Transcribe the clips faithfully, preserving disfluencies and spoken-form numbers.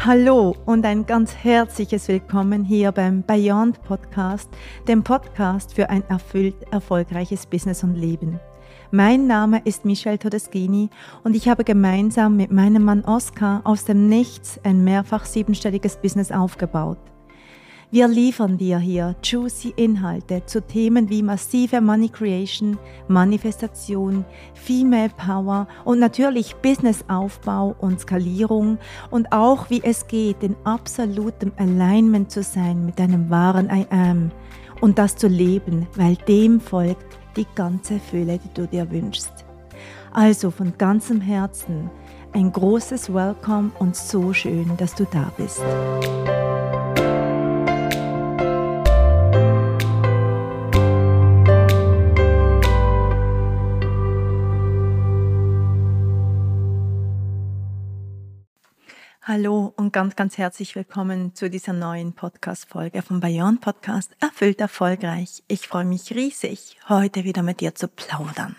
Hallo und ein ganz herzliches Willkommen hier beim Beyond Podcast, dem Podcast für ein erfüllt erfolgreiches Business und Leben. Mein Name ist Michelle Todeschini und ich habe gemeinsam mit meinem Mann Oskar aus dem Nichts ein mehrfach siebenstelliges Business aufgebaut. Wir liefern dir hier juicy Inhalte zu Themen wie massive Money Creation, Manifestation, Female Power und natürlich Businessaufbau und Skalierung und auch wie es geht, in absolutem Alignment zu sein mit deinem wahren I Am und das zu leben, weil dem folgt die ganze Fülle, die du dir wünschst. Also von ganzem Herzen ein großes Welcome und so schön, dass du da bist. Hallo und ganz, ganz herzlich willkommen zu dieser neuen Podcast-Folge vom Beyond Podcast Erfüllt Erfolgreich. Ich freue mich riesig, heute wieder mit dir zu plaudern.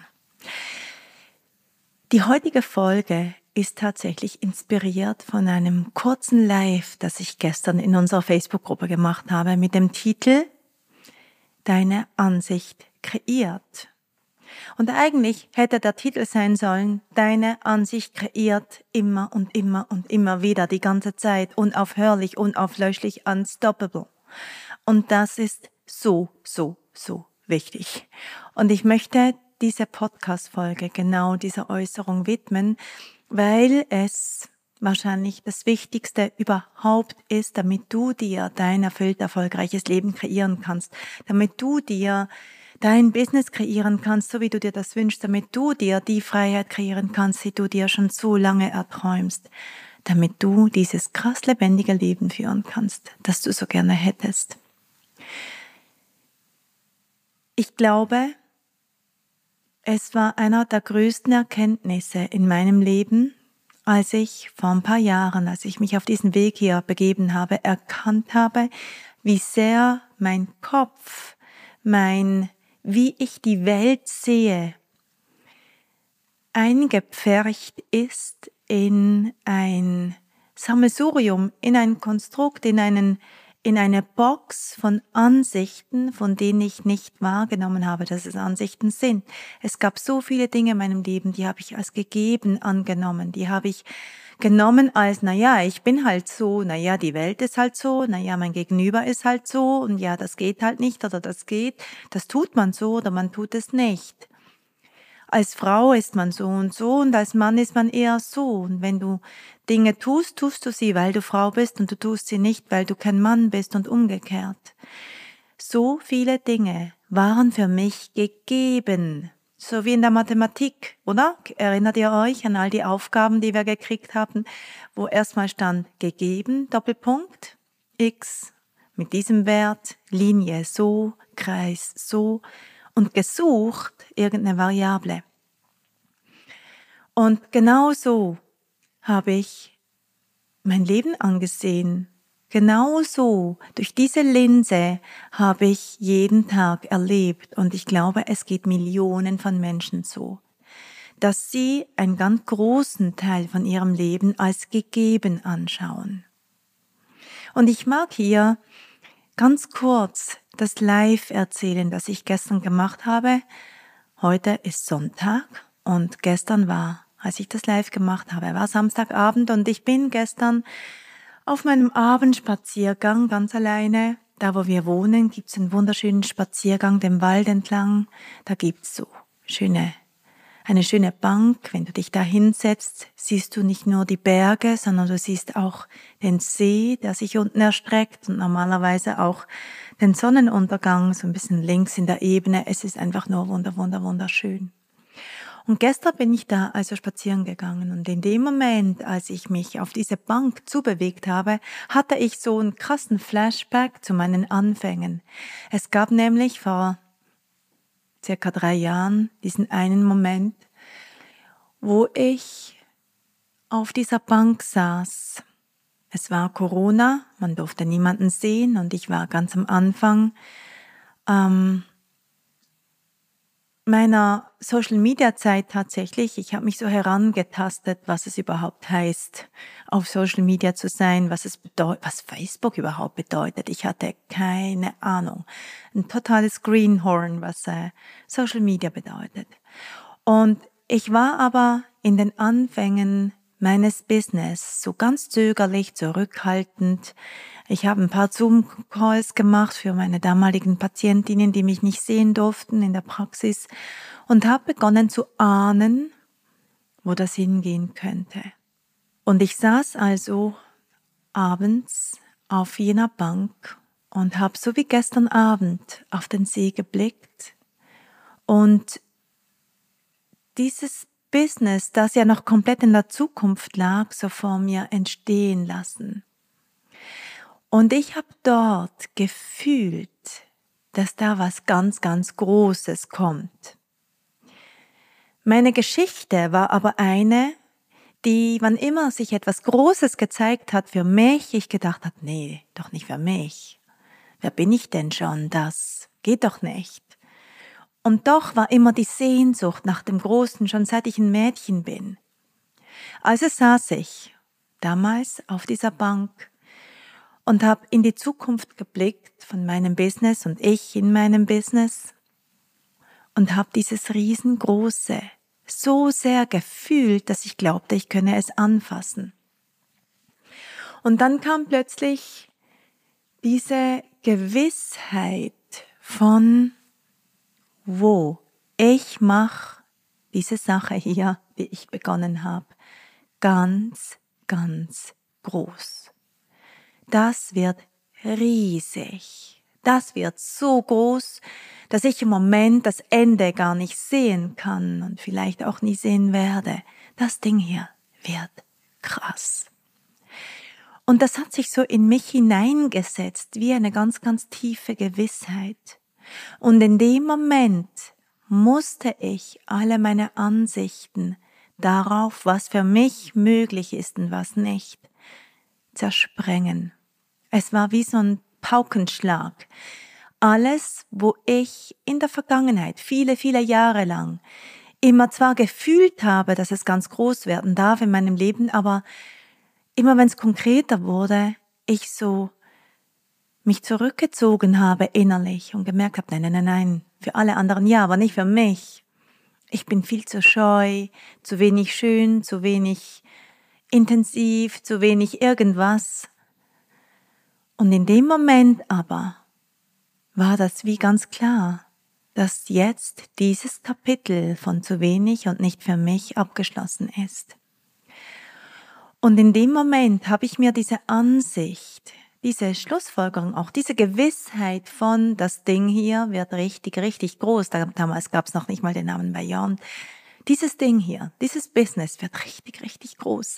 Die heutige Folge ist tatsächlich inspiriert von einem kurzen Live, das ich gestern in unserer Facebook-Gruppe gemacht habe mit dem Titel Deine Ansicht kreiert. Und eigentlich hätte der Titel sein sollen, deine Ansicht kreiert immer und immer und immer wieder, die ganze Zeit, unaufhörlich, unauflöschlich, unstoppable. Und das ist so, so, so wichtig. Und ich möchte diese Podcast-Folge genau dieser Äußerung widmen, weil es wahrscheinlich das Wichtigste überhaupt ist, damit du dir dein erfüllt erfolgreiches Leben kreieren kannst, damit du dir dein Business kreieren kannst, so wie du dir das wünschst, damit du dir die Freiheit kreieren kannst, die du dir schon so lange erträumst, damit du dieses krass lebendige Leben führen kannst, das du so gerne hättest. Ich glaube, es war einer der größten Erkenntnisse in meinem Leben, als ich vor ein paar Jahren, als ich mich auf diesen Weg hier begeben habe, erkannt habe, wie sehr mein Kopf, mein wie ich die Welt sehe, eingepfercht ist in ein Sammelsurium, in ein Konstrukt, in einen, in eine Box von Ansichten, von denen ich nicht wahrgenommen habe, dass es Ansichten sind. Es gab so viele Dinge in meinem Leben, die habe ich als gegeben angenommen, die habe ich genommen als, naja, ich bin halt so, naja, die Welt ist halt so, naja, mein Gegenüber ist halt so und ja, das geht halt nicht oder das geht, das tut man so oder man tut es nicht. Als Frau ist man so und so und als Mann ist man eher so. Und wenn du Dinge tust, tust du sie, weil du Frau bist und du tust sie nicht, weil du kein Mann bist und umgekehrt. So viele Dinge waren für mich gegeben. So wie in der Mathematik, oder? Erinnert ihr euch an all die Aufgaben, die wir gekriegt haben, wo erstmal stand gegeben, Doppelpunkt, x mit diesem Wert, Linie so, Kreis so und gesucht irgendeine Variable. Und genau so habe ich mein Leben angesehen. Genauso, durch diese Linse habe ich jeden Tag erlebt und ich glaube, es geht Millionen von Menschen so, dass sie einen ganz großen Teil von ihrem Leben als gegeben anschauen. Und ich mag hier ganz kurz das Live erzählen, das ich gestern gemacht habe. Heute ist Sonntag und gestern war, als ich das Live gemacht habe, war Samstagabend und ich bin gestern auf meinem Abendspaziergang ganz alleine, da wo wir wohnen, gibt's einen wunderschönen Spaziergang den Wald entlang. Da gibt's so schöne, eine schöne Bank. Wenn du dich da hinsetzt, siehst du nicht nur die Berge, sondern du siehst auch den See, der sich unten erstreckt und normalerweise auch den Sonnenuntergang, so ein bisschen links in der Ebene. Es ist einfach nur wunder, wunder, wunderschön. Und gestern bin ich da also spazieren gegangen und in dem Moment, als ich mich auf diese Bank zubewegt habe, hatte ich so einen krassen Flashback zu meinen Anfängen. Es gab nämlich vor circa drei Jahren diesen einen Moment, wo ich auf dieser Bank saß. Es war Corona, man durfte niemanden sehen und ich war ganz am Anfang ähm, meiner Social-Media-Zeit tatsächlich, ich habe mich so herangetastet, was es überhaupt heißt, auf Social Media zu sein, was es bedeutet, was Facebook überhaupt bedeutet. Ich hatte keine Ahnung. Ein totales Greenhorn, was äh, Social Media bedeutet. Und ich war aber in den Anfängen meines Business so ganz zögerlich, zurückhaltend. Ich habe ein paar Zoom-Calls gemacht für meine damaligen Patientinnen, die mich nicht sehen durften in der Praxis, und habe begonnen zu ahnen, wo das hingehen könnte. Und ich saß also abends auf jener Bank und habe so wie gestern Abend auf den See geblickt und dieses Business, das ja noch komplett in der Zukunft lag, so vor mir entstehen lassen. Und ich habe dort gefühlt, dass da was ganz, ganz Großes kommt. Meine Geschichte war aber eine, die, wann immer sich etwas Großes gezeigt hat für mich, ich gedacht habe, nee, doch nicht für mich. Wer bin ich denn schon? Das geht doch nicht. Und doch war immer die Sehnsucht nach dem Großen, schon seit ich ein Mädchen bin. Also saß ich damals auf dieser Bank und habe in die Zukunft geblickt von meinem Business und ich in meinem Business und habe dieses Riesengroße so sehr gefühlt, dass ich glaubte, ich könne es anfassen. Und dann kam plötzlich diese Gewissheit von, wo ich mache diese Sache hier, die ich begonnen habe, ganz, ganz groß. Das wird riesig. Das wird so groß, dass ich im Moment das Ende gar nicht sehen kann und vielleicht auch nie sehen werde. Das Ding hier wird krass. Und das hat sich so in mich hineingesetzt, wie eine ganz, ganz tiefe Gewissheit. Und in dem Moment musste ich alle meine Ansichten darauf, was für mich möglich ist und was nicht, zersprengen. Es war wie so ein Paukenschlag. Alles, wo ich in der Vergangenheit, viele, viele Jahre lang, immer zwar gefühlt habe, dass es ganz groß werden darf in meinem Leben, aber immer wenn es konkreter wurde, ich so mich zurückgezogen habe innerlich und gemerkt habe, nein, nein, nein, nein, für alle anderen ja, aber nicht für mich. Ich bin viel zu scheu, zu wenig schön, zu wenig intensiv, zu wenig irgendwas. Und in dem Moment aber war das wie ganz klar, dass jetzt dieses Kapitel von zu wenig und nicht für mich abgeschlossen ist. Und in dem Moment habe ich mir diese Ansicht, diese Schlussfolgerung, auch diese Gewissheit von, das Ding hier wird richtig, richtig groß, damals gab es noch nicht mal den Namen Beyond, dieses Ding hier, dieses Business wird richtig, richtig groß.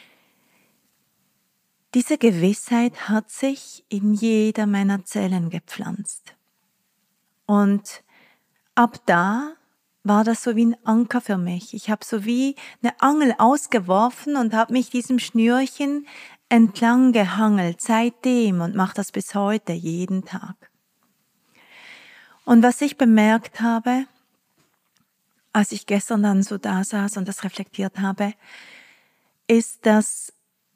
Diese Gewissheit hat sich in jeder meiner Zellen gepflanzt. Und ab da war das so wie ein Anker für mich. Ich habe so wie eine Angel ausgeworfen und habe mich diesem Schnürchen entlang gehangelt seitdem und mache das bis heute jeden Tag. Und was ich bemerkt habe, als ich gestern dann so da saß und das reflektiert habe, ist, dass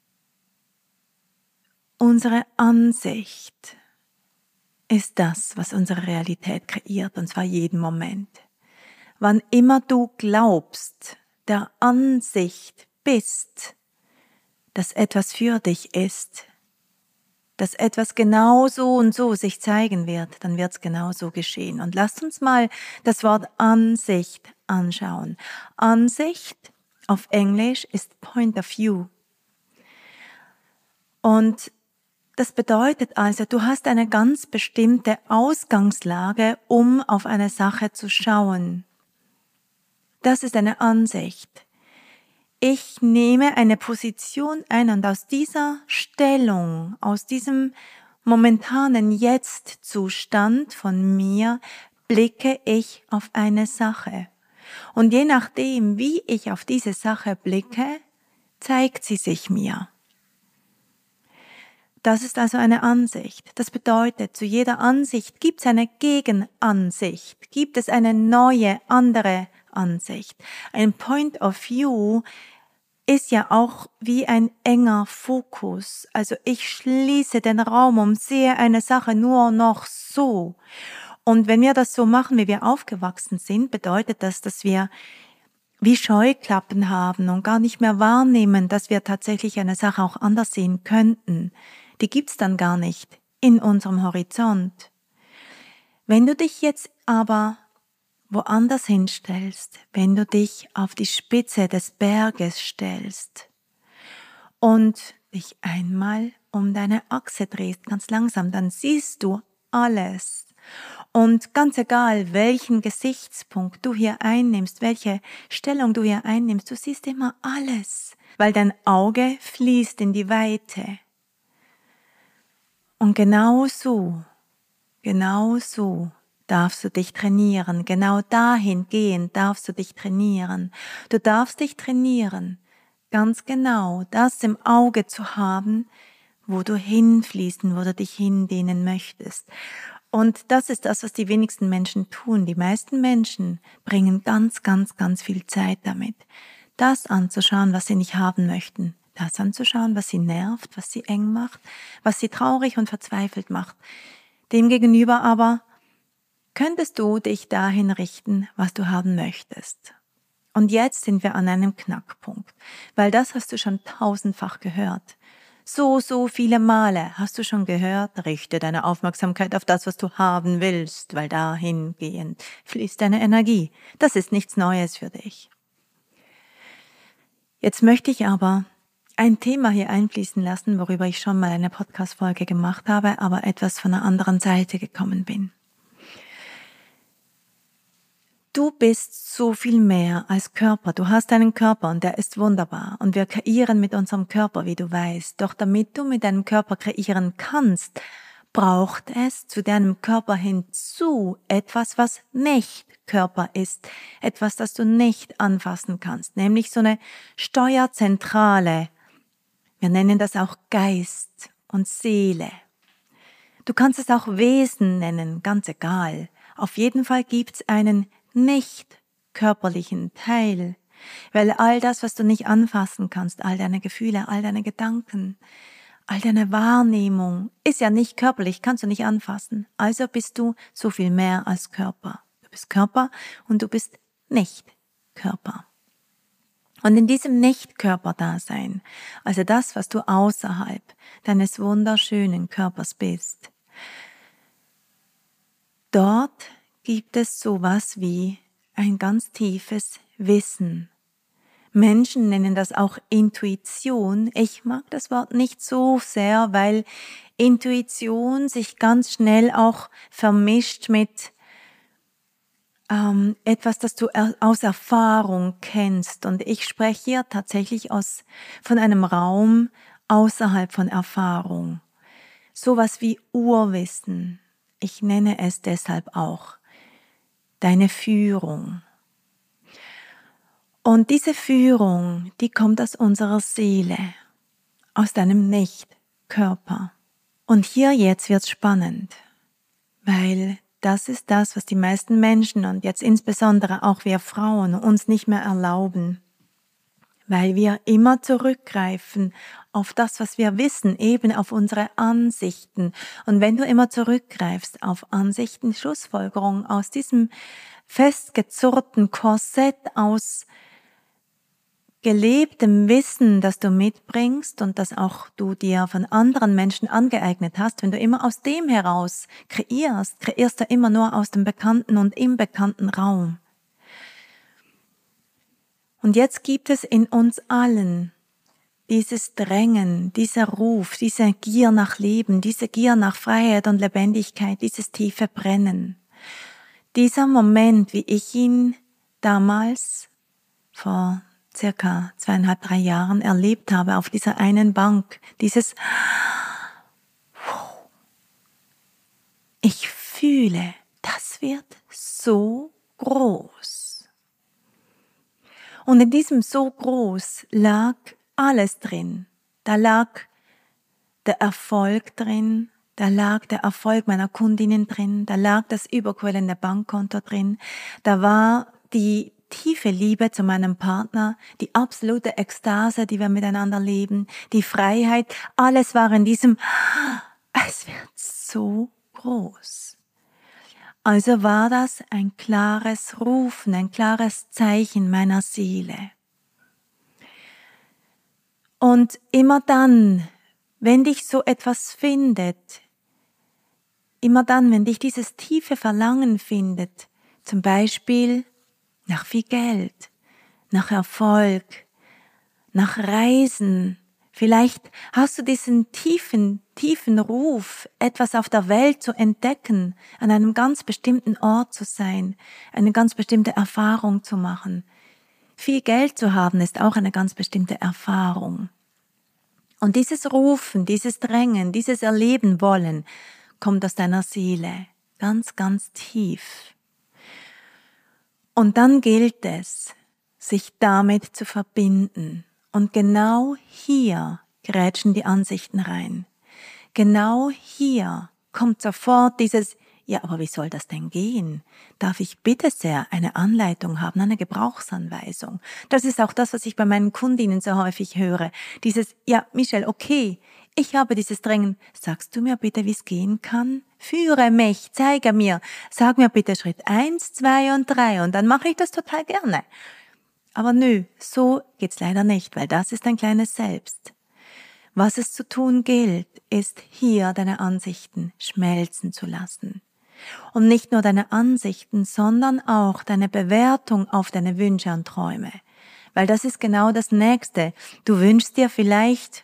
unsere Ansicht ist das, was unsere Realität kreiert, und zwar jeden Moment. Wann immer du glaubst, der Ansicht bist, dass etwas für dich ist, dass etwas genau so und so sich zeigen wird, dann wird es genau so geschehen. Und lasst uns mal das Wort Ansicht anschauen. Ansicht auf Englisch ist Point of View. Und das bedeutet also, du hast eine ganz bestimmte Ausgangslage, um auf eine Sache zu schauen. Das ist eine Ansicht. Ich nehme eine Position ein und aus dieser Stellung, aus diesem momentanen Jetzt-Zustand von mir, blicke ich auf eine Sache. Und je nachdem, wie ich auf diese Sache blicke, zeigt sie sich mir. Das ist also eine Ansicht. Das bedeutet, zu jeder Ansicht gibt es eine Gegenansicht, gibt es eine neue, andere Ansicht. Ein Point of View ist ja auch wie ein enger Fokus. Also ich schließe den Raum und sehe eine Sache nur noch so. Und wenn wir das so machen, wie wir aufgewachsen sind, bedeutet das, dass wir wie Scheuklappen haben und gar nicht mehr wahrnehmen, dass wir tatsächlich eine Sache auch anders sehen könnten. Die gibt's dann gar nicht in unserem Horizont. Wenn du dich jetzt aber woanders hinstellst, wenn du dich auf die Spitze des Berges stellst und dich einmal um deine Achse drehst, ganz langsam, dann siehst du alles. Und ganz egal, welchen Gesichtspunkt du hier einnimmst, welche Stellung du hier einnimmst, du siehst immer alles, weil dein Auge fließt in die Weite. Und genau so, genau so darfst du dich trainieren, genau dahingehend darfst du dich trainieren. Du darfst dich trainieren, ganz genau das im Auge zu haben, wo du hinfließen, wo du dich hindehnen möchtest. Und das ist das, was die wenigsten Menschen tun. Die meisten Menschen bringen ganz, ganz, ganz viel Zeit damit, das anzuschauen, was sie nicht haben möchten, das anzuschauen, was sie nervt, was sie eng macht, was sie traurig und verzweifelt macht. Demgegenüber aber könntest du dich dahin richten, was du haben möchtest. Und jetzt sind wir an einem Knackpunkt, weil das hast du schon tausendfach gehört. So, so viele Male hast du schon gehört, richte deine Aufmerksamkeit auf das, was du haben willst, weil dahingehend fließt deine Energie. Das ist nichts Neues für dich. Jetzt möchte ich aber ein Thema hier einfließen lassen, worüber ich schon mal eine Podcast-Folge gemacht habe, aber etwas von einer anderen Seite gekommen bin. Du bist so viel mehr als Körper. Du hast einen Körper und der ist wunderbar. Und wir kreieren mit unserem Körper, wie du weißt. Doch damit du mit deinem Körper kreieren kannst, braucht es zu deinem Körper hinzu etwas, was nicht Körper ist. Etwas, das du nicht anfassen kannst. Nämlich so eine Steuerzentrale. Wir nennen das auch Geist und Seele. Du kannst es auch Wesen nennen, ganz egal. Auf jeden Fall gibt's einen nicht körperlichen Teil, weil all das, was du nicht anfassen kannst, all deine Gefühle, all deine Gedanken, all deine Wahrnehmung, ist ja nicht körperlich, kannst du nicht anfassen. Also bist du so viel mehr als Körper. Du bist Körper und du bist nicht Körper. Und in diesem Nicht-Körper-Dasein, also das, was du außerhalb deines wunderschönen Körpers bist, dort gibt es sowas wie ein ganz tiefes Wissen. Menschen nennen das auch Intuition. Ich mag das Wort nicht so sehr, weil Intuition sich ganz schnell auch vermischt mit ähm, etwas, das du aus Erfahrung kennst. Und ich spreche hier tatsächlich aus, von einem Raum außerhalb von Erfahrung. Sowas wie Urwissen. Ich nenne es deshalb auch deine Führung. Und diese Führung, die kommt aus unserer Seele, aus deinem Nicht-Körper. Und hier jetzt wird's spannend, weil das ist das, was die meisten Menschen und jetzt insbesondere auch wir Frauen uns nicht mehr erlauben, weil wir immer zurückgreifen auf das, was wir wissen, eben auf unsere Ansichten. Und wenn du immer zurückgreifst auf Ansichten, Schlussfolgerungen aus diesem festgezurrten Korsett aus gelebtem Wissen, das du mitbringst und das auch du dir von anderen Menschen angeeignet hast, wenn du immer aus dem heraus kreierst, kreierst du immer nur aus dem bekannten und im bekannten Raum. Und jetzt gibt es in uns allen dieses Drängen, dieser Ruf, diese Gier nach Leben, diese Gier nach Freiheit und Lebendigkeit, dieses tiefe Brennen. Dieser Moment, wie ich ihn damals vor circa zweieinhalb, drei Jahren erlebt habe, auf dieser einen Bank, dieses ich fühle, das wird so groß. Und in diesem so groß lag alles drin. Da lag der Erfolg drin, da lag der Erfolg meiner Kundinnen drin, da lag das überquellende Bankkonto drin, da war die tiefe Liebe zu meinem Partner, die absolute Ekstase, die wir miteinander leben, die Freiheit, alles war in diesem, es wird so groß. Also war das ein klares Rufen, ein klares Zeichen meiner Seele. Und immer dann, wenn dich so etwas findet, immer dann, wenn dich dieses tiefe Verlangen findet, zum Beispiel nach viel Geld, nach Erfolg, nach Reisen, vielleicht hast du diesen tiefen, tiefen Ruf, etwas auf der Welt zu entdecken, an einem ganz bestimmten Ort zu sein, eine ganz bestimmte Erfahrung zu machen. Viel Geld zu haben ist auch eine ganz bestimmte Erfahrung. Und dieses Rufen, dieses Drängen, dieses Erleben wollen, kommt aus deiner Seele, ganz, ganz tief. Und dann gilt es, sich damit zu verbinden. Und genau hier grätschen die Ansichten rein. Genau hier kommt sofort dieses, ja, aber wie soll das denn gehen? Darf ich bitte sehr eine Anleitung haben, eine Gebrauchsanweisung? Das ist auch das, was ich bei meinen Kundinnen so häufig höre. Dieses, ja, Michelle, okay, ich habe dieses Drängen. Sagst du mir bitte, wie es gehen kann? Führe mich, zeige mir. Sag mir bitte Schritt eins, zwei und drei und dann mache ich das total gerne. Aber nö, so geht's leider nicht, weil das ist ein kleines Selbst. Was es zu tun gilt, ist hier deine Ansichten schmelzen zu lassen. Und nicht nur deine Ansichten, sondern auch deine Bewertung auf deine Wünsche und Träume. Weil das ist genau das Nächste. Du wünschst dir vielleicht,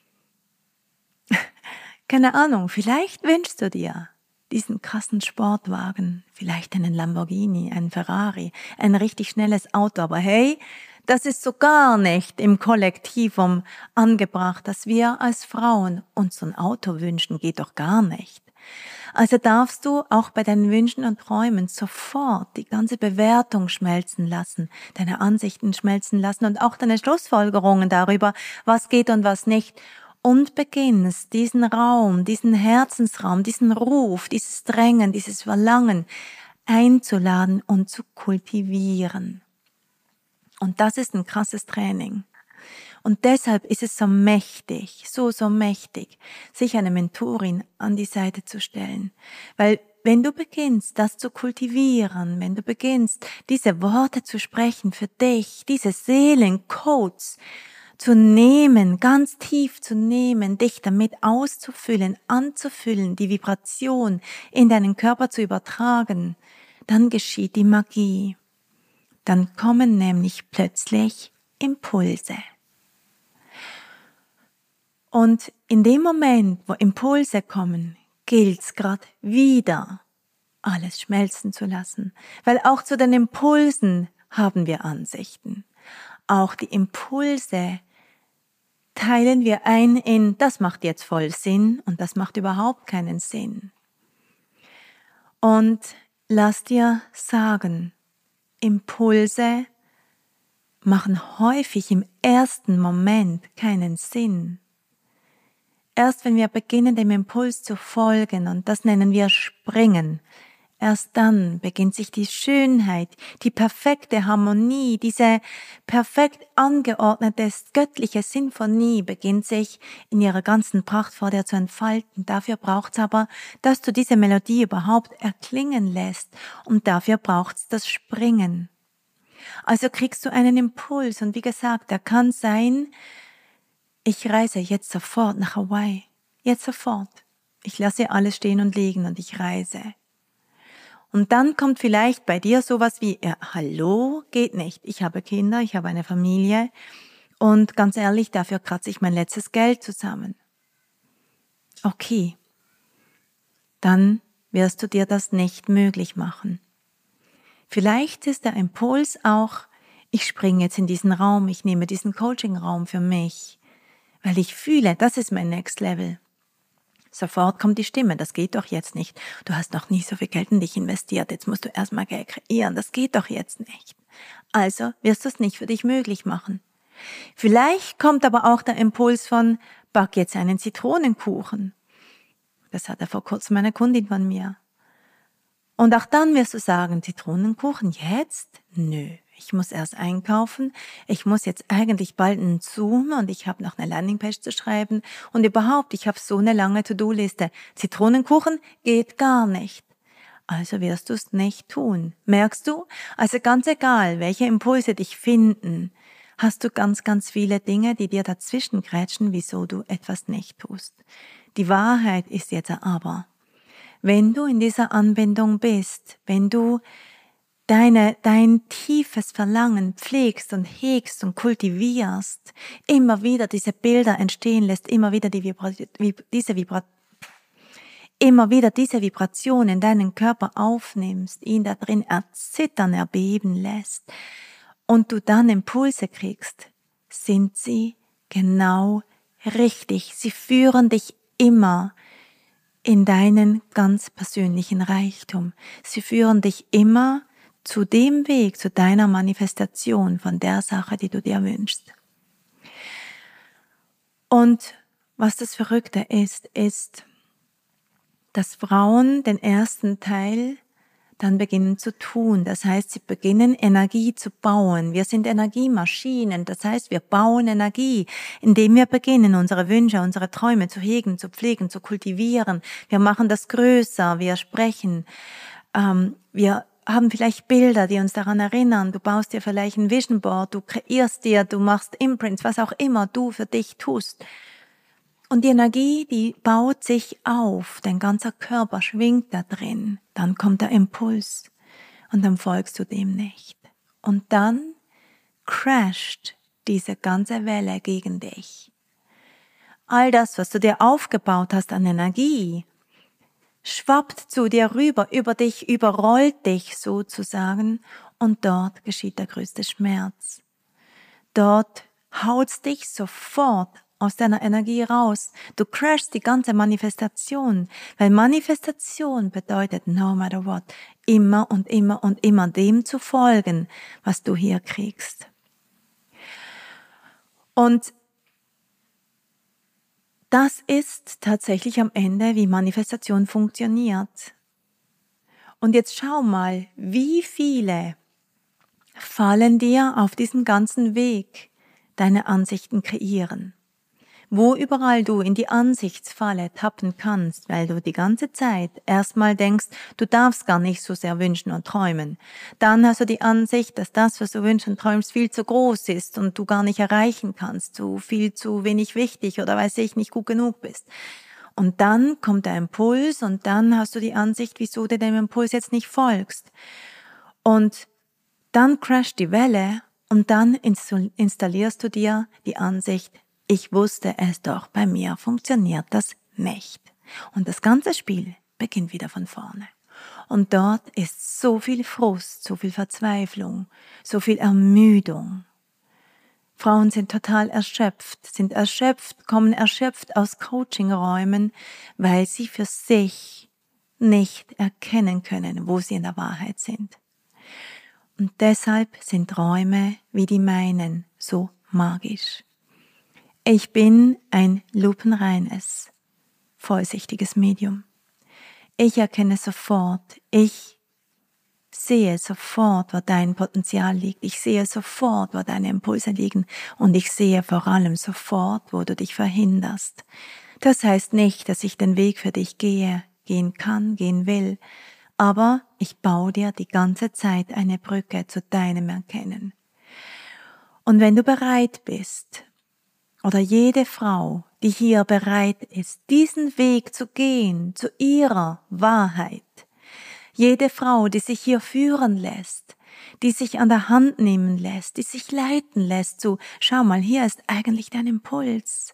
keine Ahnung, vielleicht wünschst du dir diesen krassen Sportwagen, vielleicht einen Lamborghini, einen Ferrari, ein richtig schnelles Auto, aber hey, das ist so gar nicht im Kollektivum angebracht, dass wir als Frauen uns so ein Auto wünschen, geht doch gar nicht. Also darfst du auch bei deinen Wünschen und Träumen sofort die ganze Bewertung schmelzen lassen, deine Ansichten schmelzen lassen und auch deine Schlussfolgerungen darüber, was geht und was nicht. Und beginnst diesen Raum, diesen Herzensraum, diesen Ruf, dieses Drängen, dieses Verlangen einzuladen und zu kultivieren. Und das ist ein krasses Training. Und deshalb ist es so mächtig, so, so mächtig, sich eine Mentorin an die Seite zu stellen. Weil wenn du beginnst, das zu kultivieren, wenn du beginnst, diese Worte zu sprechen für dich, diese Seelencodes zu nehmen, ganz tief zu nehmen, dich damit auszufüllen, anzufüllen, die Vibration in deinen Körper zu übertragen, dann geschieht die Magie. Dann kommen nämlich plötzlich Impulse. Und in dem Moment, wo Impulse kommen, gilt's gerade wieder, alles schmelzen zu lassen. Weil auch zu den Impulsen haben wir Ansichten. Auch die Impulse teilen wir ein in, das macht jetzt voll Sinn und das macht überhaupt keinen Sinn. Und lass dir sagen, Impulse machen häufig im ersten Moment keinen Sinn. Erst wenn wir beginnen, dem Impuls zu folgen, und das nennen wir Springen, erst dann beginnt sich die Schönheit, die perfekte Harmonie, diese perfekt angeordnete, göttliche Sinfonie beginnt sich in ihrer ganzen Pracht vor dir zu entfalten. Dafür braucht's aber, dass du diese Melodie überhaupt erklingen lässt, und dafür braucht's das Springen. Also kriegst du einen Impuls, und wie gesagt, der kann sein, ich reise jetzt sofort nach Hawaii, jetzt sofort. Ich lasse alles stehen und liegen und ich reise. Und dann kommt vielleicht bei dir sowas wie, ja, hallo, geht nicht. Ich habe Kinder, ich habe eine Familie und ganz ehrlich, dafür kratze ich mein letztes Geld zusammen. Okay, dann wirst du dir das nicht möglich machen. Vielleicht ist der Impuls auch, ich springe jetzt in diesen Raum, ich nehme diesen Coaching-Raum für mich, weil ich fühle, das ist mein Next Level. Sofort kommt die Stimme, das geht doch jetzt nicht. Du hast noch nie so viel Geld in dich investiert, jetzt musst du erstmal Geld kreieren, das geht doch jetzt nicht. Also wirst du es nicht für dich möglich machen. Vielleicht kommt aber auch der Impuls von, back jetzt einen Zitronenkuchen. Das hatte vor kurzem eine Kundin von mir. Und auch dann wirst du sagen, Zitronenkuchen jetzt? Nö, ich muss erst einkaufen, ich muss jetzt eigentlich bald einen Zoom und ich habe noch eine Landingpage zu schreiben und überhaupt, ich habe so eine lange To-Do-Liste. Zitronenkuchen geht gar nicht. Also wirst du es nicht tun. Merkst du? Also ganz egal, welche Impulse dich finden, hast du ganz, ganz viele Dinge, die dir dazwischen grätschen, wieso du etwas nicht tust. Die Wahrheit ist jetzt aber, wenn du in dieser Anbindung bist, wenn du deine, dein tiefes Verlangen pflegst und hegst und kultivierst, immer wieder diese Bilder entstehen lässt, immer wieder die Vibra- diese Vibra- immer wieder diese Vibration in deinen Körper aufnimmst, ihn da drin erzittern, erbeben lässt und du dann Impulse kriegst, sind sie genau richtig. Sie führen dich immer in deinen ganz persönlichen Reichtum. Sie führen dich immer zu dem Weg, zu deiner Manifestation von der Sache, die du dir wünschst. Und was das Verrückte ist, ist, dass Frauen den ersten Teil dann beginnen zu tun. Das heißt, sie beginnen Energie zu bauen. Wir sind Energiemaschinen. Das heißt, wir bauen Energie, indem wir beginnen, unsere Wünsche, unsere Träume zu hegen, zu pflegen, zu kultivieren. Wir machen das größer, wir sprechen. Ähm, wir haben vielleicht Bilder, die uns daran erinnern. Du baust dir vielleicht ein Vision Board, du kreierst dir, du machst Imprints, was auch immer du für dich tust. Und die Energie, die baut sich auf, dein ganzer Körper schwingt da drin. Dann kommt der Impuls und dann folgst du dem nicht. Und dann crasht diese ganze Welle gegen dich. All das, was du dir aufgebaut hast an Energie, schwappt zu dir rüber, über dich, überrollt dich sozusagen und dort geschieht der größte Schmerz. Dort haut's dich sofort aus deiner Energie raus. Du crashst die ganze Manifestation, weil Manifestation bedeutet no matter what, immer und immer und immer dem zu folgen, was du hier kriegst. Und das ist tatsächlich am Ende, wie Manifestation funktioniert. Und jetzt schau mal, wie viele fallen dir auf diesem ganzen Weg deine Ansichten kreieren. Wo überall du in die Ansichtsfalle tappen kannst, weil du die ganze Zeit erstmal denkst, du darfst gar nicht so sehr wünschen und träumen. Dann hast du die Ansicht, dass das, was du wünschst und träumst, viel zu groß ist und du gar nicht erreichen kannst, du viel zu wenig wichtig oder weiß ich, nicht gut genug bist. Und dann kommt der Impuls und dann hast du die Ansicht, wieso du dem Impuls jetzt nicht folgst. Und dann crasht die Welle und dann installierst du dir die Ansicht, ich wusste es doch, bei mir funktioniert das nicht. Und das ganze Spiel beginnt wieder von vorne. Und dort ist so viel Frust, so viel Verzweiflung, so viel Ermüdung. Frauen sind total erschöpft, sind erschöpft, kommen erschöpft aus Coachingräumen, weil sie für sich nicht erkennen können, wo sie in der Wahrheit sind. Und deshalb sind Räume wie die meinen so magisch. Ich bin ein lupenreines, vollsichtiges Medium. Ich erkenne sofort, ich sehe sofort, wo dein Potenzial liegt. Ich sehe sofort, wo deine Impulse liegen. Und ich sehe vor allem sofort, wo du dich verhinderst. Das heißt nicht, dass ich den Weg für dich gehe, gehen kann, gehen will. Aber ich baue dir die ganze Zeit eine Brücke zu deinem Erkennen. Und wenn du bereit bist, oder jede Frau, die hier bereit ist, diesen Weg zu gehen, zu ihrer Wahrheit. Jede Frau, die sich hier führen lässt, die sich an der Hand nehmen lässt, die sich leiten lässt zu, schau mal, hier ist eigentlich dein Impuls.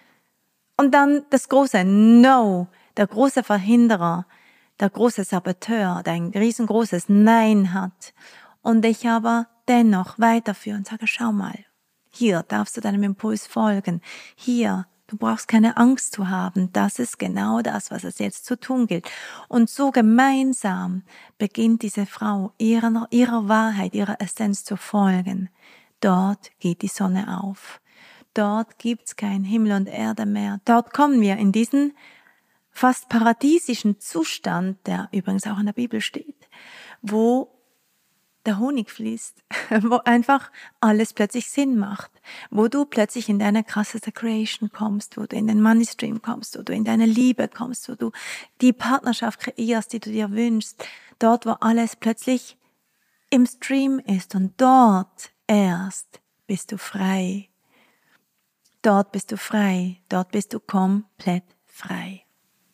Und dann das große No, der große Verhinderer, der große Saboteur, der ein riesengroßes Nein hat. Und ich aber dennoch weiterführe und sage, schau mal, hier darfst du deinem Impuls folgen. Hier, du brauchst keine Angst zu haben. Das ist genau das, was es jetzt zu tun gilt. Und so gemeinsam beginnt diese Frau ihrer, ihrer Wahrheit, ihrer Essenz zu folgen. Dort geht die Sonne auf. dort gibt's kein Himmel und Erde mehr. Dort kommen wir in diesen fast paradiesischen Zustand, der übrigens auch in der Bibel steht, wo der Honig fließt, wo einfach alles plötzlich Sinn macht, wo du plötzlich in deine krasseste Creation kommst, wo du in den Money Stream kommst, wo du in deine Liebe kommst, wo du die Partnerschaft kreierst, die du dir wünschst, dort, wo alles plötzlich im Stream ist und dort erst bist du frei. Dort bist du frei, dort bist du komplett frei.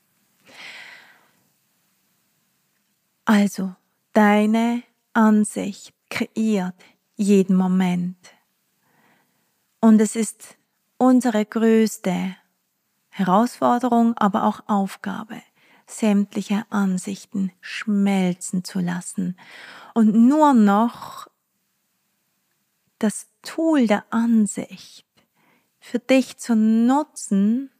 Also, deine Ansicht kreiert jeden Moment. Und es ist unsere größte Herausforderung, aber auch Aufgabe, sämtliche Ansichten schmelzen zu lassen und nur noch das Tool der Ansicht für dich zu nutzen,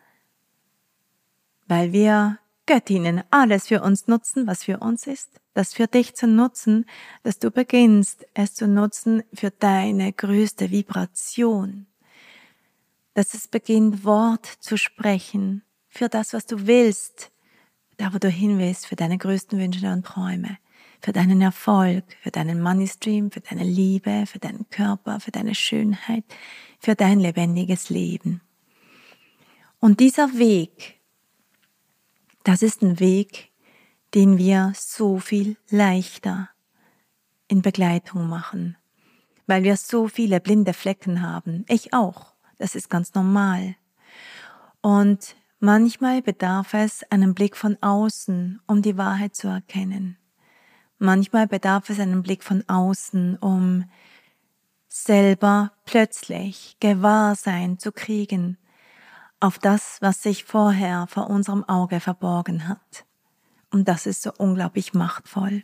weil wir Göttinnen alles für uns nutzen, was für uns ist, das für dich zu nutzen, dass du beginnst, es zu nutzen für deine größte Vibration, dass es beginnt, Wort zu sprechen für das, was du willst, da wo du hin willst, für deine größten Wünsche und Träume, für deinen Erfolg, für deinen Money Stream, für deine Liebe, für deinen Körper, für deine Schönheit, für dein lebendiges Leben. Und dieser Weg, das ist ein Weg, den wir so viel leichter in Begleitung machen, weil wir so viele blinde Flecken haben. Ich auch, das ist ganz normal. Und manchmal bedarf es einen Blick von außen, um die Wahrheit zu erkennen. Manchmal bedarf es einen Blick von außen, um selber plötzlich Gewahrsein zu kriegen auf das, was sich vorher vor unserem Auge verborgen hat. Und das ist so unglaublich machtvoll.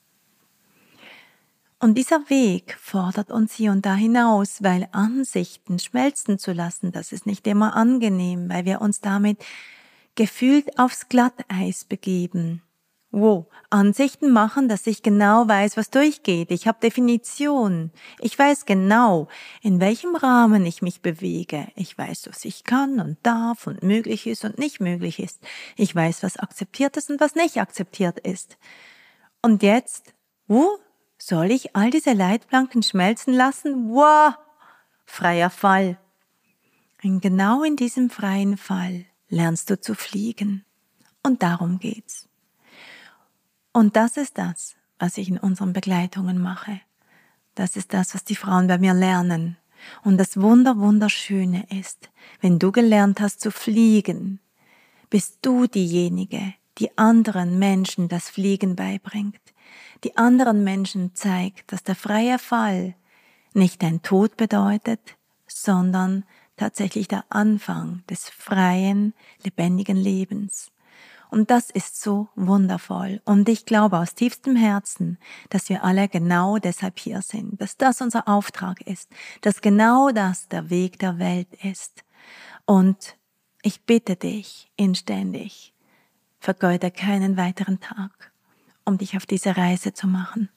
Und dieser Weg fordert uns hier und da hinaus, weil Ansichten schmelzen zu lassen, das ist nicht immer angenehm, weil wir uns damit gefühlt aufs Glatteis begeben. Wow, Ansichten machen, dass ich genau weiß, was durchgeht. Ich habe Definition. Ich weiß genau, in welchem Rahmen ich mich bewege. Ich weiß, was ich kann und darf und möglich ist und nicht möglich ist. Ich weiß, was akzeptiert ist und was nicht akzeptiert ist. Und jetzt, wo soll ich all diese Leitplanken schmelzen lassen? Wow, freier Fall. Und genau in diesem freien Fall lernst du zu fliegen. Und darum geht's. Und das ist das, was ich in unseren Begleitungen mache. Das ist das, was die Frauen bei mir lernen. Und das Wunder, Wunderschöne ist, wenn du gelernt hast zu fliegen, bist du diejenige, die anderen Menschen das Fliegen beibringt, die anderen Menschen zeigt, dass der freie Fall nicht ein Tod bedeutet, sondern tatsächlich der Anfang des freien, lebendigen Lebens. Und das ist so wundervoll. Und ich glaube aus tiefstem Herzen, dass wir alle genau deshalb hier sind, dass das unser Auftrag ist, dass genau das der Weg der Welt ist. Und ich bitte dich inständig, vergeude keinen weiteren Tag, um dich auf diese Reise zu machen.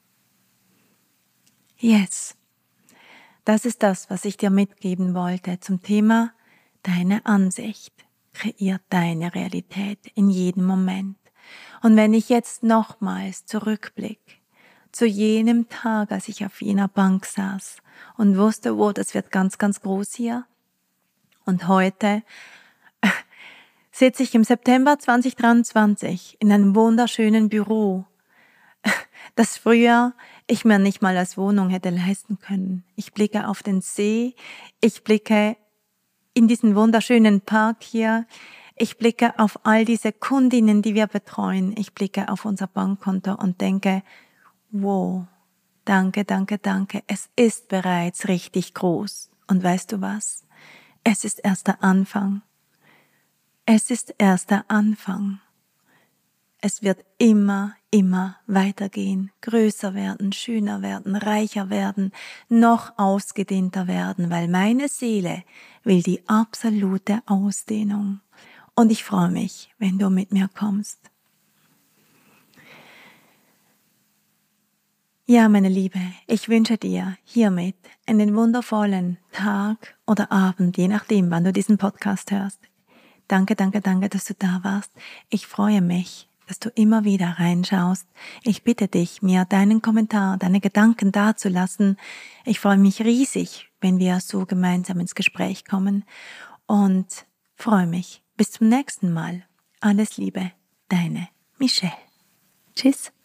Yes, das ist das, was ich dir mitgeben wollte zum Thema deine Ansicht. Kreiert deine Realität in jedem Moment. Und wenn ich jetzt nochmals zurückblicke zu jenem Tag, als ich auf jener Bank saß und wusste, wow, das wird ganz, ganz groß hier. Und heute sitze ich im September zwanzig dreiundzwanzig in einem wunderschönen Büro, das früher ich mir nicht mal als Wohnung hätte leisten können. Ich blicke auf den See, ich blicke in diesen wunderschönen Park hier. Ich blicke auf all diese Kundinnen, die wir betreuen. Ich blicke auf unser Bankkonto und denke, wow, danke, danke, danke. Es ist bereits richtig groß. Und weißt du was? Es ist erst der Anfang. Es ist erst der Anfang. Es wird immer, immer weitergehen, größer werden, schöner werden, reicher werden, noch ausgedehnter werden, weil meine Seele will die absolute Ausdehnung. Und ich freue mich, wenn du mit mir kommst. Ja, meine Liebe, ich wünsche dir hiermit einen wundervollen Tag oder Abend, je nachdem, wann du diesen Podcast hörst. Danke, danke, danke, dass du da warst. Ich freue mich, dass du immer wieder reinschaust. Ich bitte dich, mir deinen Kommentar, deine Gedanken dazulassen. Ich freue mich riesig, wenn wir so gemeinsam ins Gespräch kommen und freue mich. Bis zum nächsten Mal. Alles Liebe, deine Michelle. Tschüss.